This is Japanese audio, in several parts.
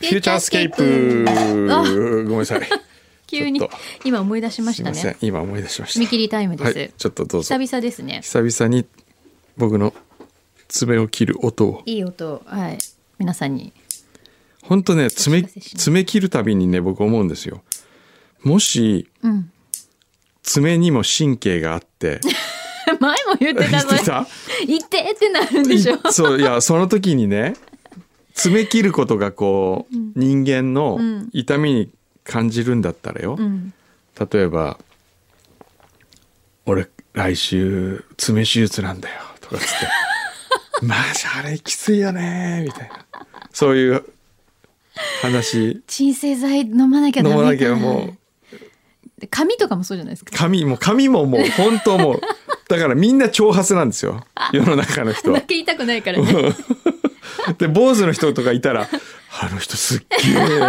フューチャースケープ。ごめんなさい。 急に今思い出しましたね。 すいません、今思い出しました。 見切りタイムです。 はい、ちょっとどうぞ。 久々ですね。 久々に僕の爪を切る音を。 いい音を、はい、皆さんに。 本当ね、爪切るたびにね、僕思うんですよ。もし、爪にも神経があって。 前も言ってたのに。言ってってなるんでしょ。 そう、いや、その時にね、爪切ることがこう、人間の痛みに感じるんだったらよ、例えば俺来週爪手術なんだよとかつってマジあれきついよねみたいな、そういう話。鎮静剤飲まなきゃダメか。 飲まなきゃもう髪とかもそうじゃないですか。 髪ももう本当もうだからみんな長髪なんですよ、世の中の人は。 負け痛くないからね。 で坊主の人とかいたらあの人すっげえ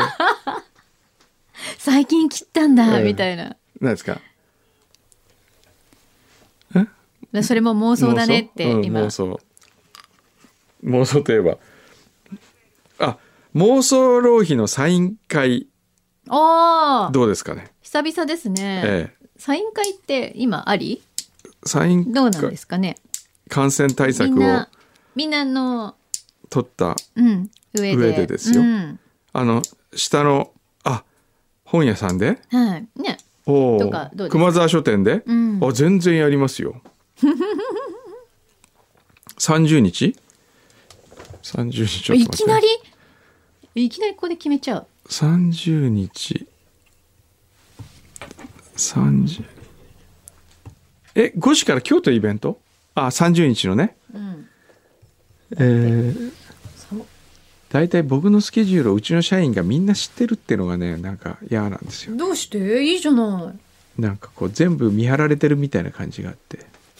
最近切ったんだ、みたいな。 何ですか。 それも妄想だねって今。 妄想といえば妄想浪費のサイン会どうですかね。 久々ですね、サイン会って今あり？ サイン会どうなんですかね。 感染対策をみんなの取った上でですよ、下の本屋さんで、 はいね、 とかどうですか。熊沢書店で、全然やりますよ。30日30日ちょっと待って、 いきなりここで決めちゃう。 30日5時から京都イベント30日のね、だいたい僕のスケジュールをうちの社員がみんな知ってるっていうのがね、なんか嫌なんですよ。 どうして？いいじゃない。 なんかこう全部見張られてるみたいな感じがあって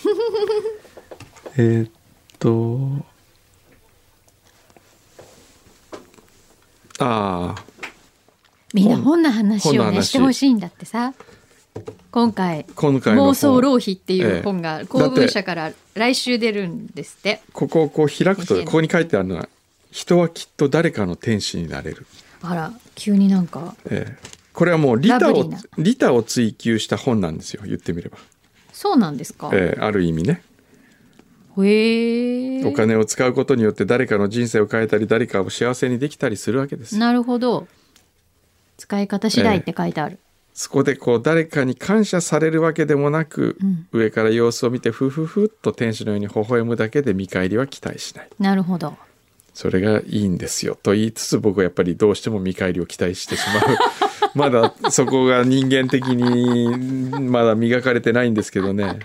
みんな本の話をねしてほしいんだってさ。今回妄想浪費っていう本が公文社から来週出るんですって。 ここをこう開くとここに書いてあるのは、人はきっと誰かの天使になれる。 あら急になんか、 これはもう利他を追求した本なんですよ、言ってみれば。 そうなんですか。 ある意味ね。お金を使うことによって誰かの人生を変えたり、誰かを幸せにできたりするわけです。 なるほど。使い方次第って書いてある。 そこでこう誰かに感謝されるわけでもなく、上から様子を見てふふふっと天使のように微笑むだけで見返りは期待しない。 なるほど。 それがいいんですよと言いつつ、僕はやっぱりどうしても見返りを期待してしまうまだそこが人間的にまだ磨かれてないんですけどね。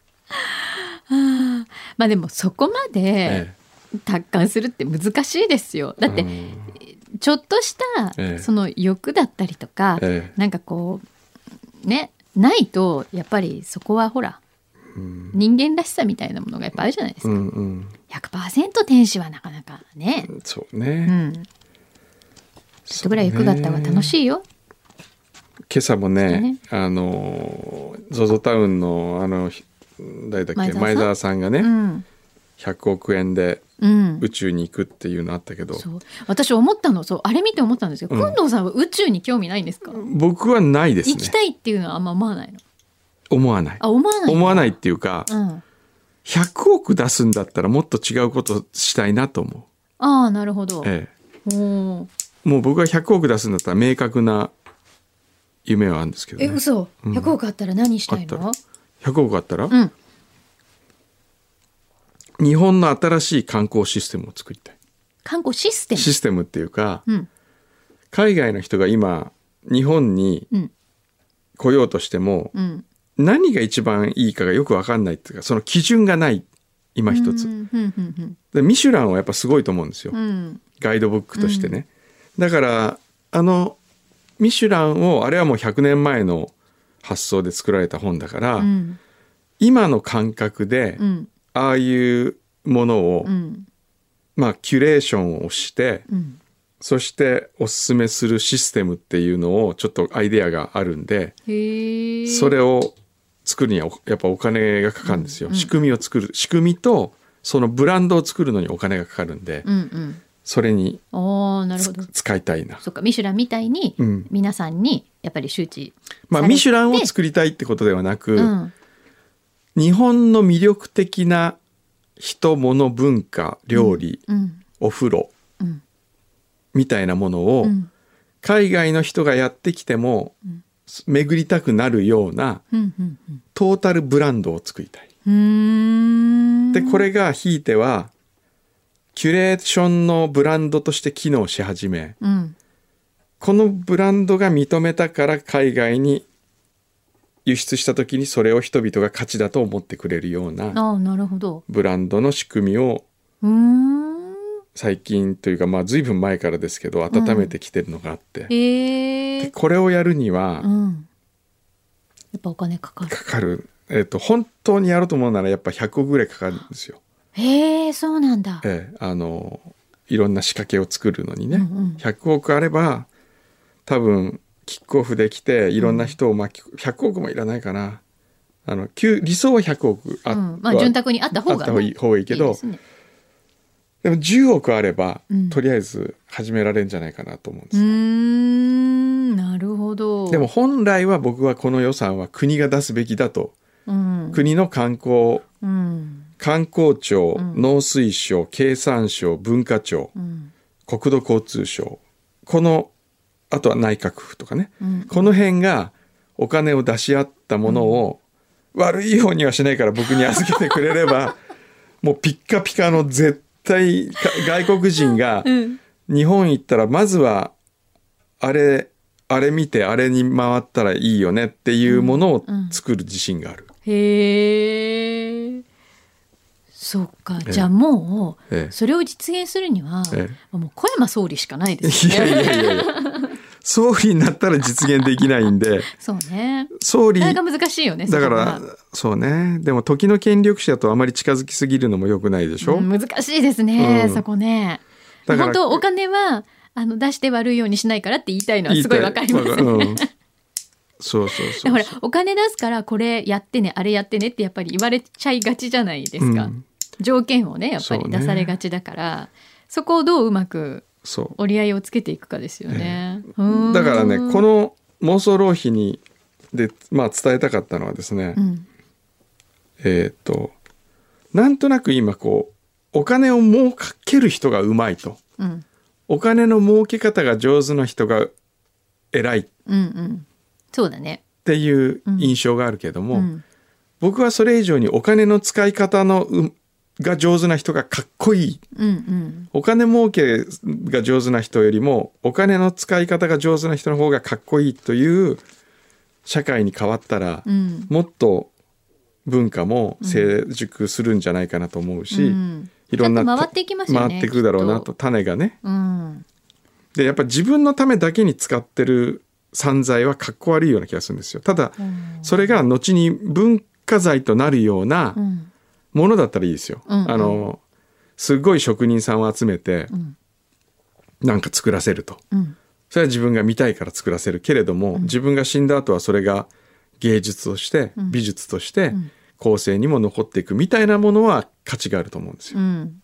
まあでもそこまで達観するって難しいですよ。だってちょっとしたその欲だったりとか、なんかこうねないとやっぱりそこはほら、人間らしさみたいなものがやっぱあるじゃないですか。100% 天使はなかなかね。 そうね。 ちょっとぐらい欲があった方が楽しいよ。 今朝もね、ZOZO タウンの誰だっけ、前澤さんがね、100億円で宇宙に行くっていうのあったけど、 私思ったの、あれ見て思ったんですよ。工藤さんは宇宙に興味ないんですか？ 僕はないですね。 行きたいっていうのはあんま思わないの？ 思わない。思わないっていうか、100億出すんだったらもっと違うことしたいなと思う。 なるほど。 もう僕が100億出すんだったら明確な夢はあるんですけどね。 嘘。100億あったら何したいの ？100億あったら、日本の新しい観光システムを作りたい。 観光システムっていうか、海外の人が今日本に来ようとしても、何が一番いいかがよく分かんないっていうか、その基準がない今一つ。でミシュランはやっぱすごいと思うんですよ、ガイドブックとしてね。だからミシュランを、あれはもう100年前の発想で作られた本だから、今の感覚で、ああいうものを、キュレーションをして、そしておすすめするシステムっていうのをちょっとアイデアがあるんで、それを作るにはやっぱお金がかかるんですよ。仕組みを作る、仕組みとそのブランドを作るのにお金がかかるんで、 それになるほど使いたいな。 そうか、ミシュランみたいに皆さんにやっぱり周知されて、 まあミシュランを作りたいってことではなく、日本の魅力的な人物文化料理、お風呂、みたいなものを、海外の人がやってきても、巡りたくなるような、トータルブランドを作りたい。でこれがひいてはキュレーションのブランドとして機能し始め、このブランドが認めたから海外に輸出した時にそれを人々が価値だと思ってくれるようなブランドの仕組みを最近というか、まあ随分前からですけど温めてきてるのがあって、でこれをやるには、 やっぱお金かかる。 本当にやろうと思うならやっぱ100億ぐらいかかるんですよ。 そうなんだ。 いろんな仕掛けを作るのにね、100億あれば多分キックオフできていろんな人を100億もいらないかな。理想は100億まあ潤沢にあった方がいいけど、いいですね。でも10億あれば、とりあえず始められるんじゃないかなと思うんです。 なるほど。 でも本来は僕はこの予算は国が出すべきだと、国の観光庁、農水省、経産省、文化庁、国土交通省、あとは内閣府とかね、この辺がお金を出し合ったものを、悪いようにはしないから僕に預けてくれればもうピッカピカの絶対外国人が日本行ったらまずはあれ見てあれに回ったらいいよねっていうものを作る自信がある。 へえ。そうか、じゃあもうそれを実現するにはもう小山総理しかないですね。 いや総理になったら実現できないんで。 そうね。 総理なかなか難しいよね。 だからそうね。でも時の権力者とあまり近づきすぎるのも良くないでしょ。 難しいですね、そこね。本当お金は出して悪いようにしないからって言いたいのはすごいわかりますね。 そうほらお金出すからこれやってねあれやってねってやっぱり言われちゃいがちじゃないですか。条件をねやっぱり出されがちだから、そこをどううまく折り合いをつけていくかですよね。 だからねこの妄想浪費で伝えたかったのはですね、なんとなく今お金を儲ける人がうまいと、お金の儲け方が上手な人が偉い、 そうだねっていう印象があるけども、僕はそれ以上にお金の使い方が上手な人がかっこいい、お金儲けが上手な人よりもお金の使い方が上手な人の方がかっこいいという社会に変わったら、もっと文化も成熟するんじゃないかなと思うし、いろんな回っていきますよね。 回っていくだろうなと、種がね、でやっぱ自分のためだけに使ってる散財はかっこ悪いような気がするんですよ。ただそれが後に文化財となるようなものだったらいいですよ。すごい職人さんを集めてなんか作らせると、それは自分が見たいから作らせるけれども、自分が死んだ後はそれが芸術として美術として後世にも残っていくみたいなものは価値があると思うんですよ。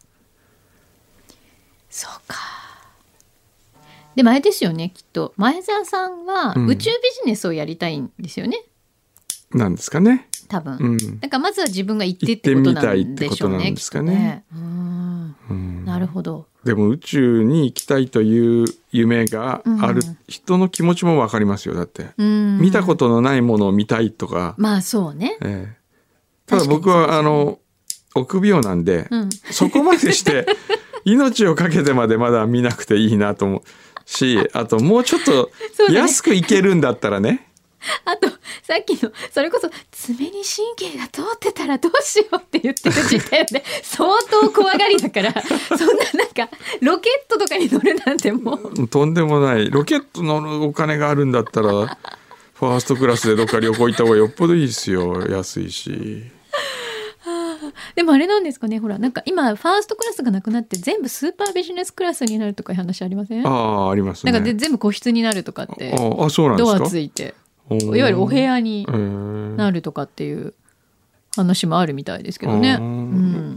そうか。でもあれですよね、きっと前澤さんは宇宙ビジネスをやりたいんですよね。 なんですかね。 多分。だからまずは自分が行ってってことなんでしょうね。 ですかね。 なるほど。 でも宇宙に行きたいという夢がある人の気持ちも分かりますよ。だって見たことのないものを見たいとか。 まあそうね。 ただ僕は臆病なんで、そこまでして命をかけてまでまだ見なくていいなと思うし、あともうちょっと安く行けるんだったらね。 あとさっきのそれこそ爪に神経が通ってたらどうしようって言ってる時点で相当怖がりだからそんななんかロケットとかに乗るなんてもうとんでもない。ロケット乗るお金があるんだったらファーストクラスでどっか旅行行った方がよっぽどいいですよ。安いし。 でもあれなんですかね、ほらなんか今ファーストクラスがなくなって全部スーパービジネスクラスになるとかいう話ありません？ ありますね。 なんか全部個室になるとかって。 そうなんですか。 ドアついていわゆるお部屋になるとかっていう話もあるみたいですけどね。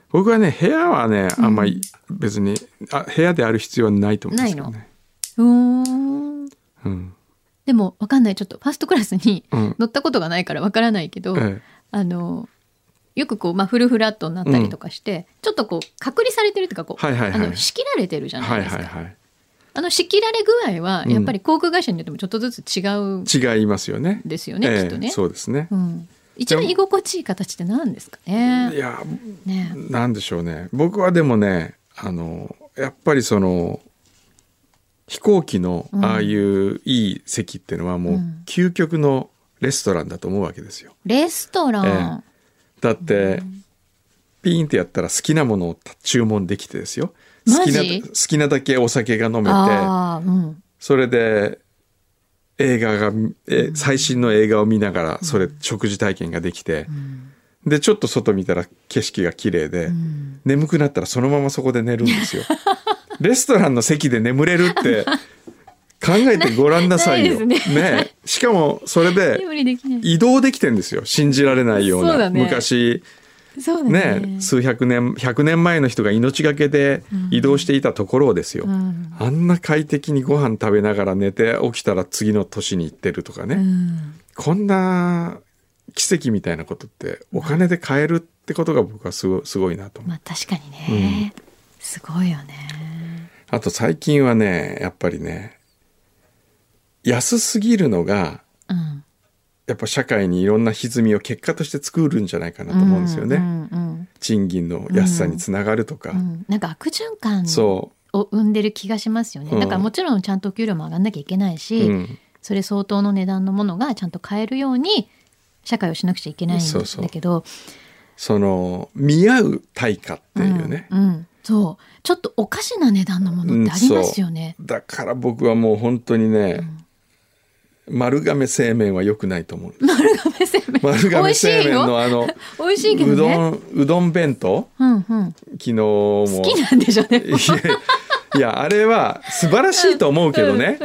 僕はね部屋はねあんまり別に、部屋である必要はないと思うんですけどね。 うん、でも分かんない、ちょっとファーストクラスに乗ったことがないから分からないけど、よくこう、フルフラットになったりとかして、ちょっとこう隔離されてるっていうかこう、仕切られてるじゃないですか。仕切られ具合はやっぱり航空会社によってもちょっとずつ違いますよね。 ですよね、きっとね。 そうですね。 一番居心地いい形って何ですかね。 いや、なんでしょうね。僕はでもね、やっぱりその飛行機のああいういい席っていうのはもう究極のレストランだと思うわけですよ。 レストラン、 だってピーンってやったら好きなものを注文できてですよ。好きなだけお酒が飲めて、それで映画が、最新の映画を見ながらそれ食事体験ができて、でちょっと外見たら景色が綺麗で、眠くなったらそのままそこで寝るんですよ。レストランの席で眠れるって考えてごらんなさいよ。ね、しかもそれで移動できてるんですよ。信じられないような。昔ね、数百年100年前の人が命がけで移動していたところをですよ、あんな快適にご飯食べながら寝て起きたら次の年に行ってるとかね、こんな奇跡みたいなことってお金で買えるってことが僕はすごいなと思う。確かにね、すごいよね。 あと最近はねやっぱりね安すぎるのが、やっぱ社会にいろんな歪みを結果として作るんじゃないかなと思うんですよね。賃金の安さにつながるとか、なんか悪循環を生んでる気がしますよね。だからもちろんちゃんとお給料も上がんなきゃいけないし、それ相当の値段のものがちゃんと買えるように社会をしなくちゃいけないんだけど、 その見合う対価っていうね、 そうちょっとおかしな値段のものってありますよね。 だから僕はもう本当にね、丸亀製麺は良くないと思う。丸亀製麺の美味しいけどね、 うどん弁当、昨日も好きなんでしょうね。 いやあれは素晴らしいと思うけどね、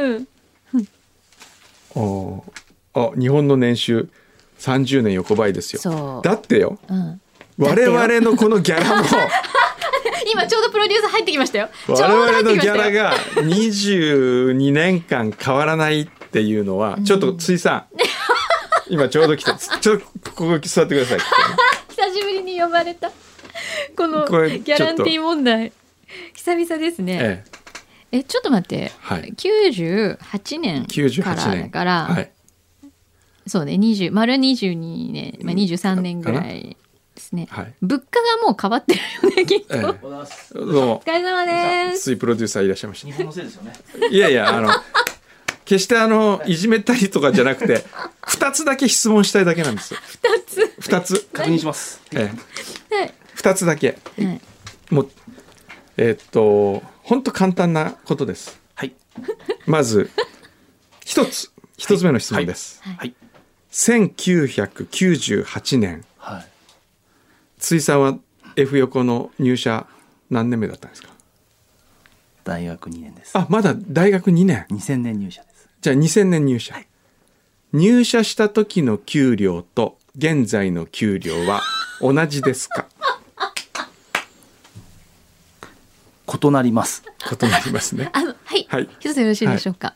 日本の年収30年横ばいですよ。だってよ、我々のこのギャラも今ちょうどプロデューサー入ってきましたよ。 我々のギャラが22年間変わらないっていうのは、ちょっとついさん今ちょうど来た、ちょっとここ座ってください。 久しぶりに呼ばれたこのギャランティー問題久々ですね。ちょっと待って、98年からだから、そうね、丸22年、23年ぐらいですね。物価がもう変わってるよね、きっと。どうもお疲れ様です。 水プロデューサーいらっしゃいました。 日本のせいですよね。 いやいや決していじめたりとかじゃなくて2つだけ質問したいだけなんですよ。2つ確認します。 2つだけ、もう本当簡単なことです。まず1つ目の質問です。1998年、ついさんは F 横の入社何年目だったんですか？ 大学2年です。 まだ大学2年。 2000年入社です。 じゃあ2000年入社、入社した時の給料と現在の給料は同じですか？ 異なります。 異なりますね。 一つよろしいでしょうか。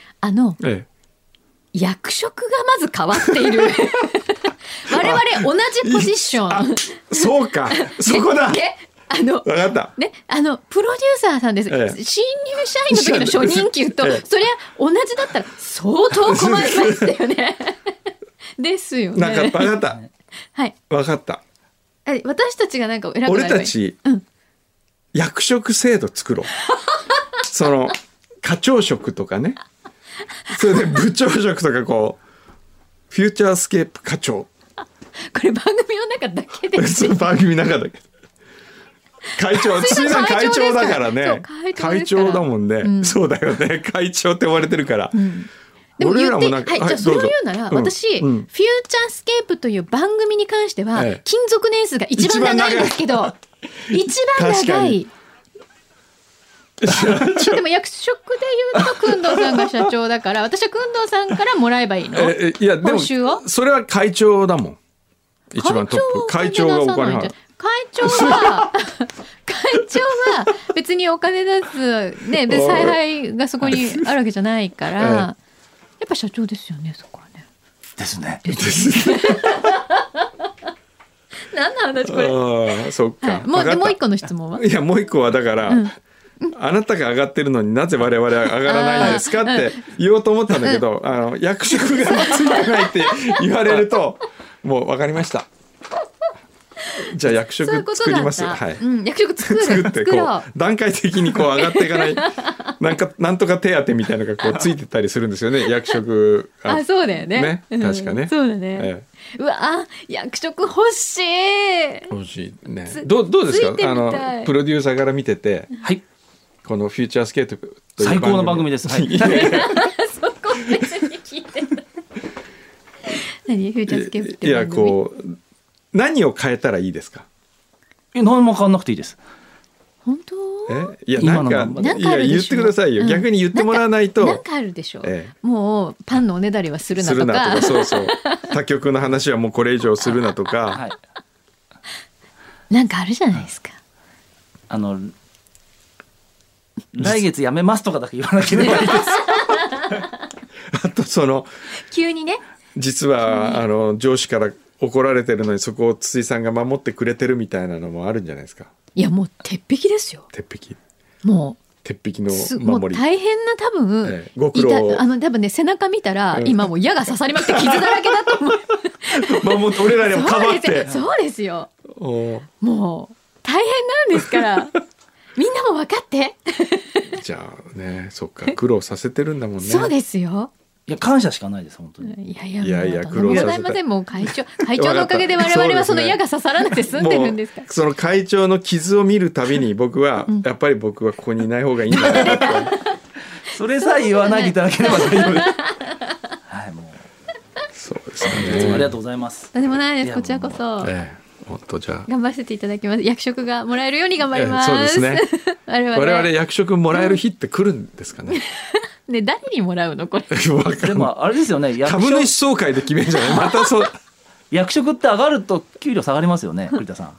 役職がまず変わっている。我々同じポジション。 そうか、そこだ。分かった。 ね、プロデューサーさんです。新入社員の時の初任給と、そりゃ同じだったら相当困りますよね。ですよね。 なんか分かった。分かった。 私たちがなんか偉くなればいい。 俺たち、役職制度作ろう。その課長職とかね。それで部長職とかこうフューチャースケープ課長。 これ番組の中だけで、ね。 番組の中だけ。会長、ついさん会長だからね。会長だもんね。そうだよね。会長って呼ばれてるから。 でも言って、じゃあそれを言うなら、私、フューチャースケープという番組に関しては、勤続年数が一番長いんですけど、一番長い。でも役職で言うと工藤さんが社長だから、私は工藤さんからもらえばいいの？ いやでもそれは会長だもん。一番トップ。会長がお金払う。 会長は別にお金出すね、で采配がそこにあるわけじゃないから、やっぱ社長ですよね、そこはね。 ですね。 何の話これ。 ああ、そっか。 もう一個の質問は。 いや、もう一個はだから、あなたが上がってるのになぜ我々は上がらないんですかって言おうと思ったんだけど、役職がついてないって言われると、もう分かりました。じゃあ役職作ります。はい。 役職作ってこう段階的にこう上がっていかないなんとか手当みたいなのがこうついてたりするんですよね。役職。 そうだよね。 確かね。 そうだね。うわ、役職欲しい。 欲しいね。どうですか。プロデューサーから見てて、 はい。 このフューチャースケートという最高の番組です。はい。 そこ別に聞いてない。何フューチャースケートっていう番組。 いや、こう何を変えたらいいですか。 何も変わんなくていいです。 本当？ いや、なんかいや言ってくださいよ。逆に言ってもらわないと。 なんかあるでしょ。もうパンのおねだりはするなとか。 そうそう。他局の話はもうこれ以上するなとか。 はい。 なんかあるじゃないですか。 来月辞めますとかだけ言わなければいいです。 あと急にね。 実は上司から怒られてるのにそこを筒井さんが守ってくれてるみたいなのもあるんじゃないですか。 いや、もう鉄壁ですよ。 鉄壁。 もう鉄壁の守り。 もう大変な多分、 ご苦労。 多分ね、背中見たら、今もう矢が刺さりまくって傷だらけだと思う。 もう俺らにもかばって。 そうですよ。もう大変なんですから。みんなも分かって。 じゃあね、そっか、苦労させてるんだもんね。 そうですよ。 いや、感謝しかないです本当に。 いや苦労させて。ございません。もう会長のおかげで我々はその矢が刺さらなくて済んでるんですから。 その会長の傷を見るたびに僕はやっぱり僕はここにいない方がいいんだなって。 それさえ言わないでいただければ大丈夫です。はい、もう。 そうですね。 ありがとうございます。 とんでもないです。こちらこそ。 もっとじゃあ頑張らせていただきます。役職がもらえるように頑張ります。 そうですね。我々役職もらえる日って来るんですかね。 ね、誰にもらうのこれ。 でもあれですよね。 株主総会で決めるんじゃない。またそう。 役職って上がると給料下がりますよね、栗田さん。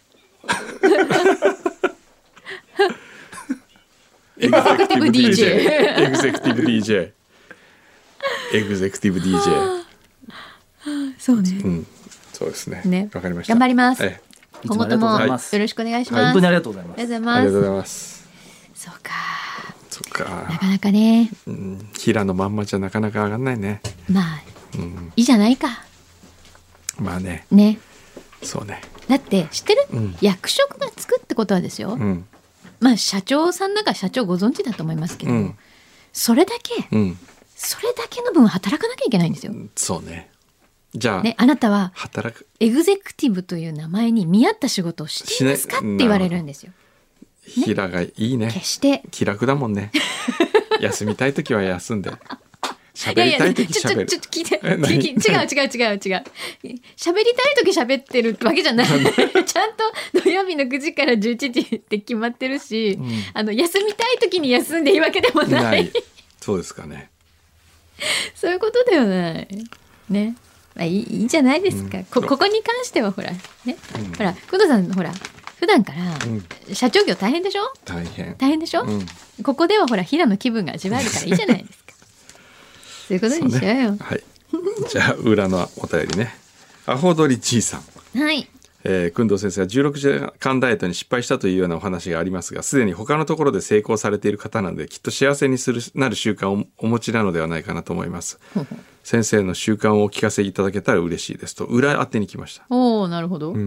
エグゼクティブ DJ。 エグゼクティブ DJ。エグゼクティブ DJ。 そうね。 そうですね。わかりました。 頑張ります。今後ともよろしくお願いします。 本当にありがとうございます。 ありがとうございます。そうか。なかなかね。 平のまんまじゃなかなか上がんないね。 まあ、いいじゃないか。 まあね。 ね。 そうね。 だって知ってる？役職がつくってことはですよ。まあ社長さんなんか社長ご存知だと思いますけど、それだけの分働かなきゃいけないんですよ。 そうね。じゃあ、 あなたはエグゼクティブという名前に見合った仕事をしていますかって言われるんですよ。 平がいいね。 決して気楽だもんね。休みたい時は休んで、喋りたい時喋る。 ちょっと聞いて。違う。喋りたい時喋ってるわけじゃない。ちゃんと土曜日の9時から11時って決まってるし、休みたい時に休んでいいわけでもない。 そうですかね。 そういうことではないね。いいじゃないですか。ここに関してはほらね、ほら工藤さんほら普段から社長業大変でしょ。大変でしょ。ここではほら平の気分が味わえるからいいじゃないですか。そういうことにしようよ。 はい。じゃあ裏のお便りね。アホドリ G さん。 はい。 工藤先生は16時間ダイエットに失敗したというようなお話がありますが、すでに他のところで成功されている方なので、きっと幸せになる習慣をお持ちなのではないかなと思います。先生の習慣をお聞かせいただけたら嬉しいですと裏当てに来ました。 おお、なるほど。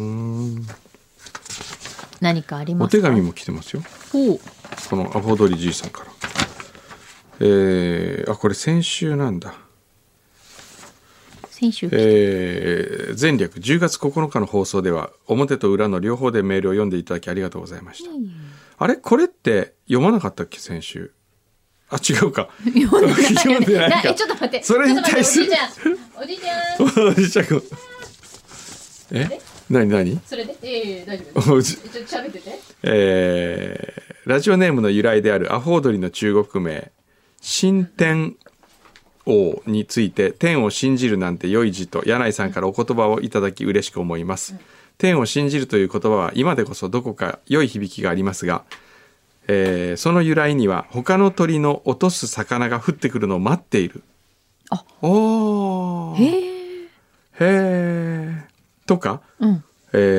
何かありますか。 お手紙も来てますよ。このアホドリ G さんから。これ先週なんだ。前略10月9日の放送では表と裏の両方でメールを読んでいただきありがとうございました。あれこれって読まなかったっけ先週。違うか。 読んでないか。ちょっと待って。 それに対するおじいちゃん何それで大丈夫。ちょっと喋ってて。 ラジオネームの由来であるアホウドリの中国名新天王について天を信じるなんて良い字と柳井さんからお言葉をいただき嬉しく思います。 天を信じるという言葉は今でこそどこか良い響きがありますが、その由来には他の鳥の落とす魚が降ってくるのを待っている。 あ、 おー、 へえとか、 うん、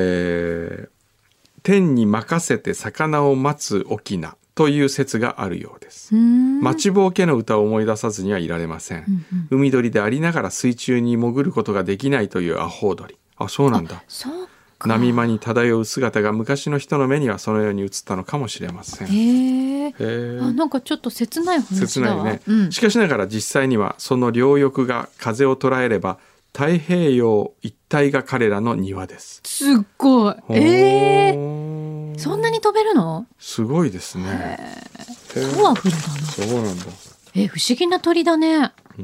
天に任せて魚を待つ翁という説があるようです。待ちぼうけの歌を思い出さずにはいられません、うんうん、海鳥でありながら水中に潜ることができないというアホウドリ。あ、そうなんだ。 そう波間に漂う姿が昔の人の目にはそのように映ったのかもしれません。 あ、なんかちょっと切ない話だわ。 切ないね、 うん、 しかしながら実際にはその両翼が風を捉えれば太平洋一帯が彼らの庭です。 すっごい。そんなに飛べるの？ すごいですね。 パワフルだな。 そうなんだ。 不思議な鳥だね。 うん。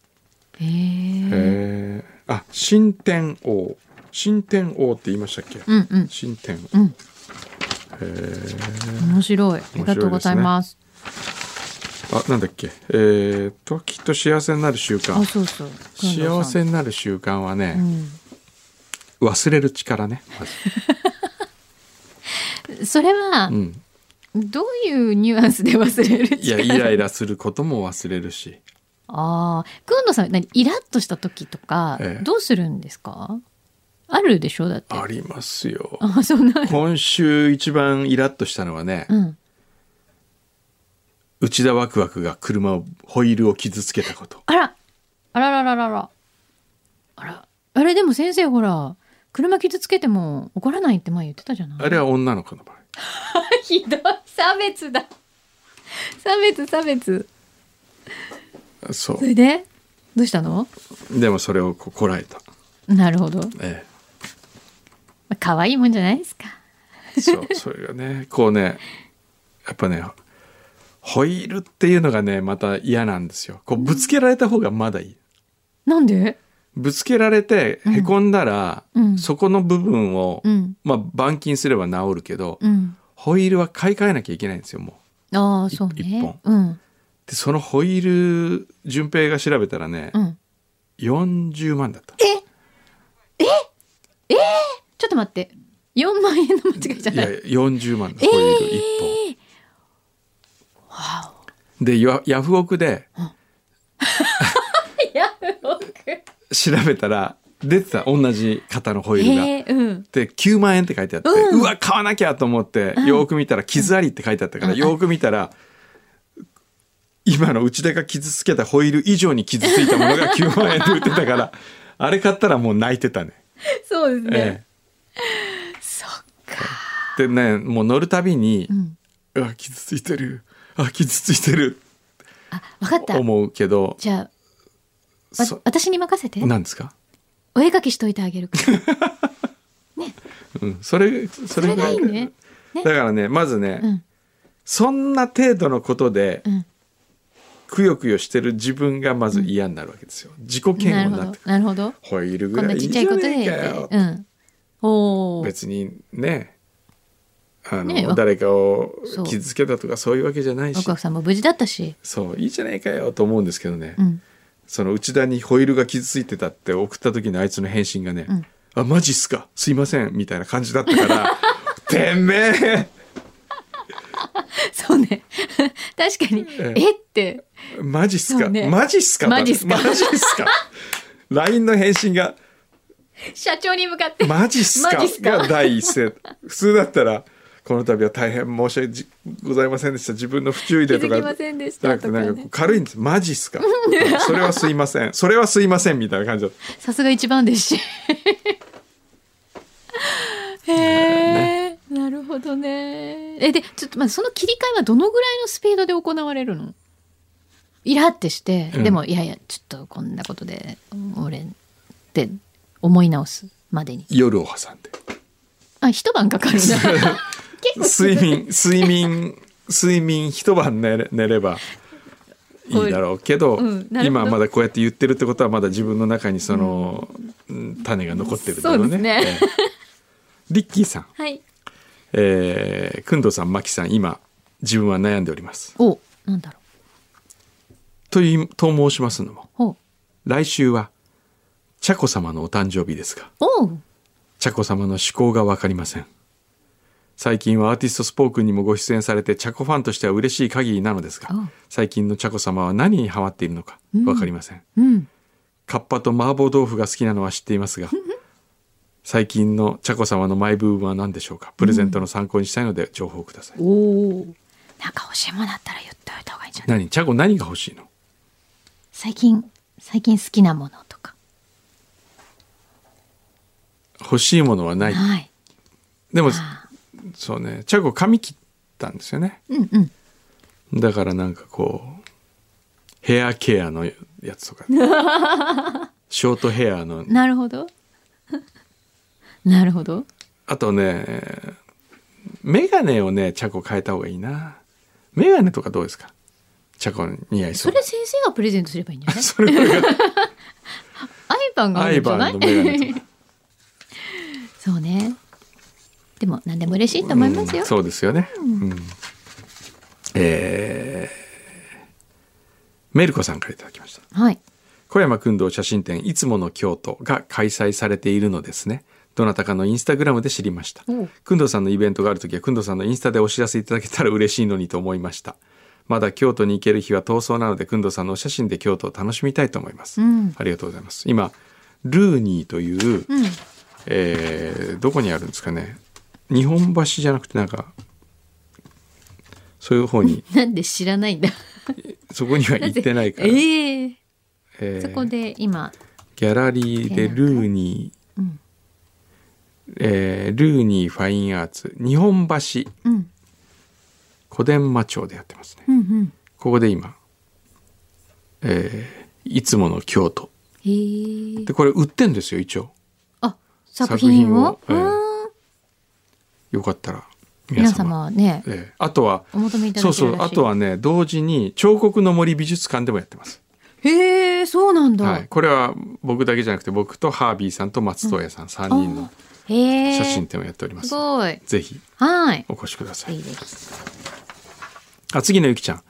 あ、新天王。新天王って言いましたっけ？ うんうん。 新天王。 うん、面白い。ありがとうございます。 あ、なんだっけ。きっと幸せになる習慣。 あ、そうそう。 幸せになる習慣はね、忘れる力ね。 それは、どういうニュアンスで忘れる力？ いや、イライラすることも忘れるし。 ああ、くんのさん、イラッとした時とか、どうするんですか？あるでしょ？だって。 ありますよ。 あ、そうなん。 今週一番イラッとしたのはね、内田ワクワクが車をホイールを傷つけたこと。 あらあれ、でも先生ほら車傷つけても怒らないって前言ってたじゃない。 あれは女の子の場合。 ひどい、差別だ。差別。 そう。 それでどうしたの？ でもそれをこらえた。 なるほど。可愛いもんじゃないですか。 そう、それがね、こうね、やっぱね、ホイールっていうのがね、また嫌なんですよ。こうぶつけられた方がまだいい。 なんで？ ぶつけられてへこんだら、そこの部分を、板金すれば治るけど、ホイールは買い替えなきゃいけないんですよ、もう。 ああ、そうね。 1本。で、そのホイール、順平が調べたらね、40万だった。 ちょっと待って。4万円の間違いじゃない？ いや、40万のホイール1本。で、ヤフオクで、調べたら出てた、同じ型のホイールが、で9万円って書いてあって、うわ買わなきゃと思って、よく見たら傷ありって書いてあったから、よく見たら今の内田が傷つけたホイール以上に傷ついたものが9万円で売ってたからあれ買ったらもう泣いてたね。 そうですね、そっか。 でね、もう乗るたびに、傷ついてる、傷ついてる、 分かった、 思うけど、 じゃあ私に任せて。 何ですか？ お絵描きしといてあげるからね、 それがいいね。 だからね、まずね、そんな程度のことで、くよくよしてる自分がまず嫌になるわけですよ。自己嫌悪になってくる。 なるほど。 ホイールぐらいいいじゃねえかよ。別にね、誰かを傷つけたとかそういうわけじゃないし、 ワクワクさんも無事だったし、 そういいじゃねえかよと思うんですけどね、その内田にホイールが傷ついてたって送った時のあいつの返信がね、あ、マジっすか、すいませんみたいな感じだったからてめえそうね確かに、ってマジっすか、マジっすか LINE の返信が社長に向かってマジっすかが第一声。普通だったら、この度は大変申し訳ございませんでした、自分の不注意でとか、 気づきませんでしたとかね、 なんか軽いんです。マジっすかそれはすいません、それはすいませんみたいな感じだった。 さすが一番ですしなるほどね。でちょっとその切り替えはどのぐらいのスピードで行われるの？イラってして、でもいやちょっとこんなことで俺って思い直すまでに夜を挟んで、 一晩かかるな睡眠一晩寝ればいいだろうけど、今まだこうやって言ってるってことはまだ自分の中にその、種が残ってるだろうね。 そうですね、 リッキーさん、 はい、 くんどうさん、まきさん、今自分は悩んでおります。 なんだろうと申しますのも、来週は茶子様のお誕生日ですが、 茶子様の思考が分かりません。最近はアーティストスポークンにもご出演されて茶子ファンとしては嬉しい限りなのですが、最近の茶子様は何にハマっているのか分かりません。カッパと麻婆豆腐が好きなのは知っていますが最近の茶子様のマイブームは何でしょうか。プレゼントの参考にしたいので情報ください。 なんか欲しいものあったら言っておいた方がいいんじゃない？ 茶子何が欲しいの？ 最近好きなものとか。 欲しいものはない。でもそうね、茶子髪切ったんですよね。だからなんかこうヘアケアのやつとかショートヘアの。 なるほどなるほど。あとね、メガネをね茶子変えた方がいいな。メガネとかどうですか？茶子似合いそう。 それ先生がプレゼントすればいいんじゃない？ それアイバンがあるんじゃない？ のメガネとかそうね。でも何でも嬉しいと思いますよ。 そうですよね。メルコさんからいただきました。小山君堂写真展いつもの京都が開催されているのですね。どなたかのインスタグラムで知りました。君堂さんのイベントがあるときは君堂さんのインスタでお知らせいただけたら嬉しいのにと思いました。まだ京都に行ける日は遠そうなので君堂さんのお写真で京都を楽しみたいと思います。ありがとうございます。今ルーニーという、どこにあるんですかね。日本橋じゃなくてなんかそういう方になんで知らないんだそこには行ってないから、 そこで今ギャラリーでルーニー、ルーニーファインアーツ日本橋、小伝馬町でやってますね。ここで今、いつもの京都でこれ売ってんですよ一応。 作品を、 よかったら皆様ね、 あとはお求めいただけるらしい。 あとはね同時に彫刻の森美術館でもやってます。 へえ、そうなんだ。 これは僕だけじゃなくて僕とハービーさんと松任谷さん3人の写真展をやっております。 すごい。 ぜひお越しください。次のゆきちゃん、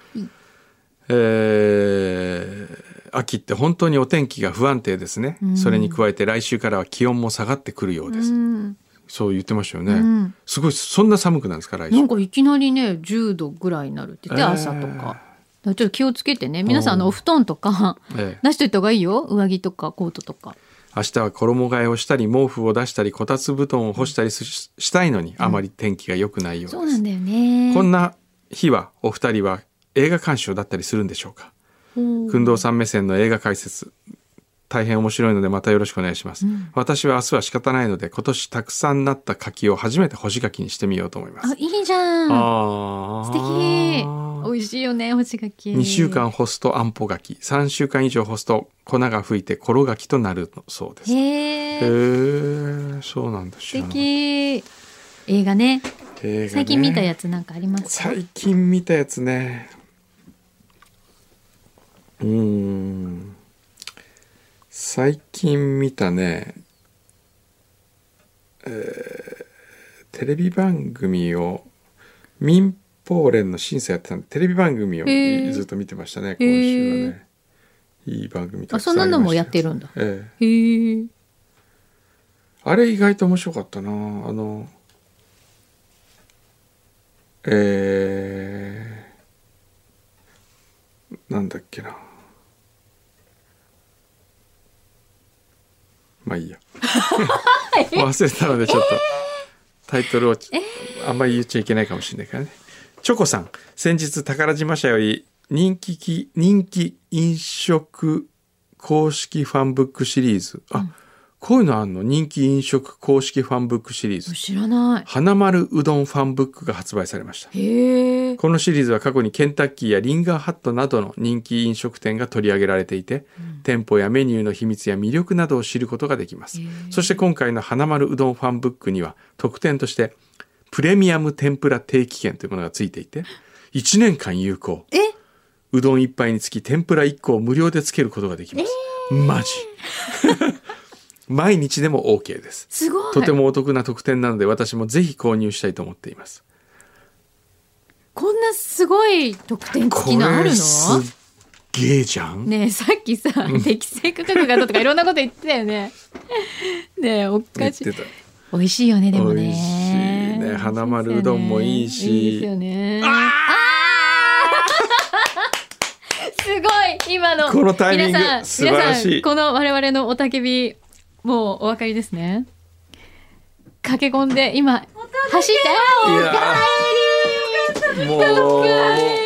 秋って本当にお天気が不安定ですね。それに加えて来週からは気温も下がってくるようです。そう言ってましたよね。すごい、そんな寒くなんですか来週。 なんかいきなりね10度ぐらいになるって言って、朝とかちょっと気をつけてね皆さん。お布団とか出しといた方がいいよ。上着とかコートとか。 明日は衣替えをしたり毛布を出したりこたつ布団を干したりしたいのに、あまり天気が良くないようです。 そうなんだよね。 こんな日はお二人は映画鑑賞だったりするんでしょうか。君堂さん目線の映画解説大変面白いのでまたよろしくお願いします。私は明日は仕方ないので今年たくさんなった柿を初めて干し柿にしてみようと思います。 いいじゃん。素敵。美味しいよね干し柿。 2週間干すとあんぽ柿、3週間以上干すと粉が吹いてころ柿となるそうです。そうなんだ。 素敵。映画ね。最近見たやつなんかありますか？ 最近見たやつね、最近見たね、テレビ番組を民放連の審査やってたんでテレビ番組をずっと見てましたね。今週はねいい番組たくさんありましたよ。 そんなのもやってるんだ。 あれ意外と面白かったな。なんだっけな、まあいいや忘れたのでちょっとタイトルをあんまり言っちゃいけないかもしれないからね。チョコさん、先日宝島社より人気飲食公式ファンブックシリーズ、こういうのあんの？人気飲食公式ファンブックシリーズ。 知らない。 花丸うどんファンブックが発売されました。このシリーズは過去にケンタッキーやリンガーハットなどの人気飲食店が取り上げられていて、店舗やメニューの秘密や魅力などを知ることができます。そして今回の花丸うどんファンブックには特典としてプレミアム天ぷら定期券というものがついていて、1年間有効。うどん1杯につき天ぷら1個を無料でつけることができます。マジ毎日でも OK です。 すごい。 とてもお得な特典なので私もぜひ購入したいと思っています。 こんなすごい特典付きのあるの？ すっげえじゃん。 ねえさっきさ適正価格がどうとかいろんなこと言ってたよね。ねえおかしい。 美味しいよねでもね。 美味しいね。花丸うどんもいいし。 いいですよね。すごい今のこのタイミング皆さん素晴らしい。 皆さんこの我々のおたけびもうお分かりですね。駆け込んで今走っていやもうちょっと諦め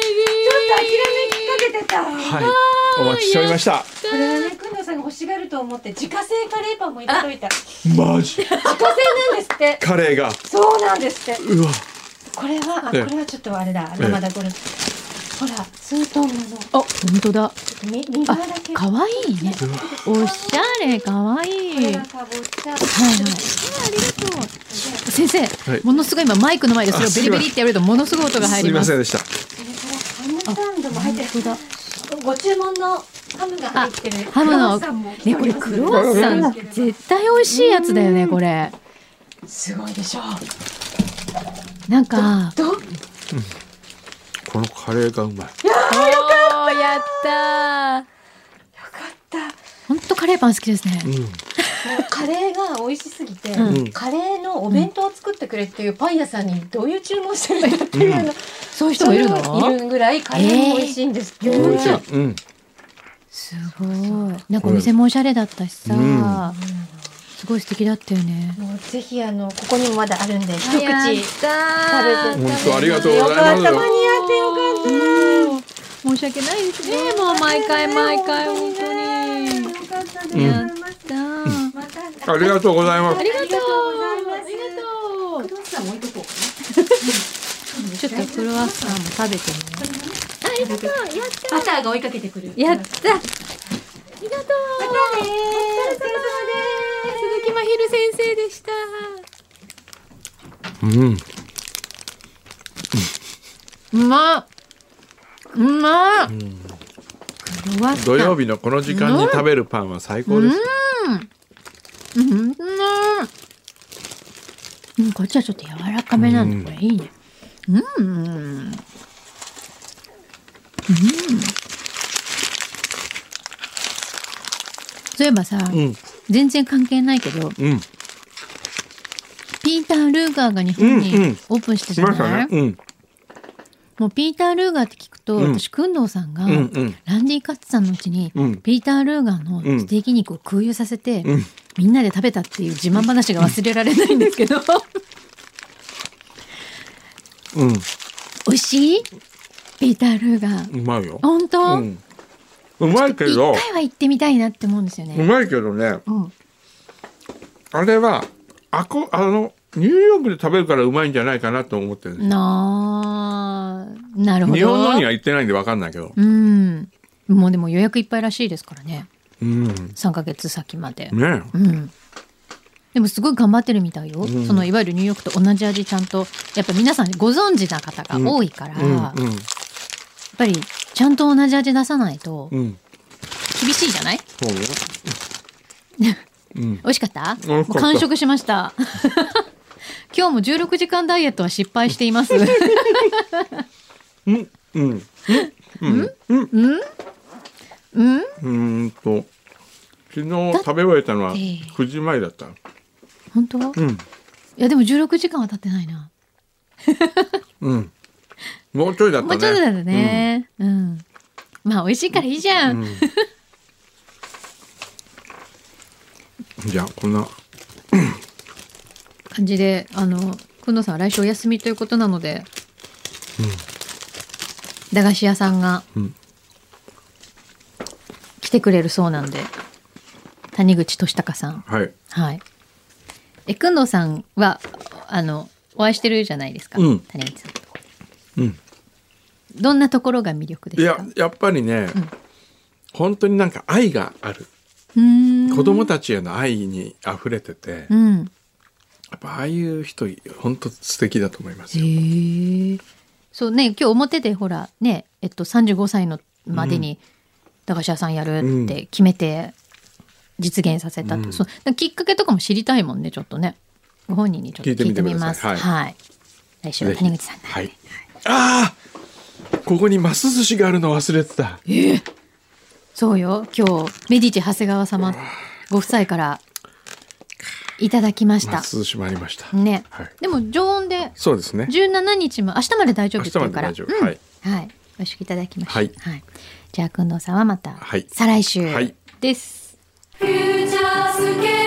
かけてた。 はいお待ちしておりました。 これはね、くんのさんが欲しがると思って自家製カレーパンもいただいた。 マジ自家製なんですって。 カレーがそうなんですって。 うわこれは、 ええこれはちょっとあれだ、生だこれ。ほら、ツートンのあ本当だ。 身がだけ。 可愛いね。おしゃれ可愛い。 これがかぼちゃ。 はいはい。ありがとう。先生、 はいものすごい今マイクの前でそれをベリベリってやるとものすごい音が入すります。 いませんでした。 それからハムサンドも入ってる。 本当だ。 ご注文のハムが入ってる。 ハムのクロワッサンもねこれクロワッサン絶対美味しいやつだよねこれ。 すごいでしょ。 なんかどう？ このカレーがうまい。 おーやったー。 よかった。 本当カレーパン好きですね。 うんもうカレーが美味しすぎて、 うんカレーのお弁当を作ってくれっていうパン屋さんにどういう注文してるんだっていうの、 そういう人もいるの？ いるぐらいカレーも美味しいんですって、 美味しい。うんすごい。なんかお店もおしゃれだったしさ、 うんすごい素敵だったよね。 もうぜひここにもまだあるんで一口やっ食べて。 た本当ありがとうよございますかった、間に合ってよかっ申し訳ないですね。もう毎回本当た。 に。 よかったうんやっね。 た。 またありがとうございますあ。りがとう。 ありがとうございますありがとう。 クロワッサンも置いとこうかちょっとクロワッサンも食べてみよう。ありがとう。やっな。バターが追いかけてくる。 やった。ありがとう。 またね。お疲れ様です。 鈴木まひる先生でした。 うんうまっ。うまっ。クロワッサン。 土曜日のこの時間に食べるパンは最高です。 こっちはちょっと柔らかめなんでこれいいね。そういえばさ、 うん全然関係ないけど、 うんピーター・ルーガーが日本にオープンしたしじゃない？ ましたね。うんもうピーター・ルーガーって聞くと、 うん私工藤さんが、 うんうんランディ・カッツさんのうちに、 うんピーター・ルーガーのステーキ肉を空輸させて、 うんみんなで食べたっていう自慢話が忘れられないんですけどうん美味しい？ピーター・ルーガーうまいよ。 本当？ うんうまいけど一回は行ってみたいなって思うんですよね。 うまいけどねうん、 あれはニューヨークで食べるからうまいんじゃないかなと思ってるんです。 なるほど。 日本のには行ってないんで分かんないけど。 うん。もうでも予約いっぱいらしいですからね。 うん 3ヶ月先まで。 ねうん。でもすごい頑張ってるみたいよ。 んそのいわゆるニューヨークと同じ味ちゃんとやっぱ皆さんご存知な方が多いから、やっぱりちゃんと同じ味出さないとうん厳しいじゃない？ そうよ。うん美味しかった？ 美味しかった完食しました。今日も16時間ダイエットは失敗しています。 うんうん昨日食べ終えたのは9時前だった。 本当？ うんいやでも16時間は経ってないな。 うんもうちょいだったね。 もうちょっとだよね。うん。まあ美味しいからいいじゃん。 じゃあこんな感じでくんのさんは来週お休みということなので、駄菓子屋さんがん来てくれるそうなんで、谷口俊孝さん。 はい。 はい。くんのさんはお会いしてるじゃないですか、 うん谷口さんと。 うんどんなところが魅力ですか？ やっぱりね、本当になんか愛がある。子供たちへの愛に溢れてて、やっぱああいう人本当素敵だと思いますよ。 そうね、今日表でほらね、35歳のまでに駄菓子屋さんやるって決めて実現させたと、そうきっかけとかも知りたいもんね、ちょっとね。ご本人にちょっと聞いてみます。はい。来週は谷口さんで。 はい。ああ、ここにます寿司があるの忘れてた。 そうよ、今日メディチ長谷川様ご夫妻からいただきました。 松寿司もありましたね、はい、でも常温でそうですね 17日も明日まで大丈夫っていうから、 明日まで大丈夫、はい、 はい、美味しくいただきました、 はいはい、じゃあくんどうさんはまた、 はい、 再来週です、 フューチャースケ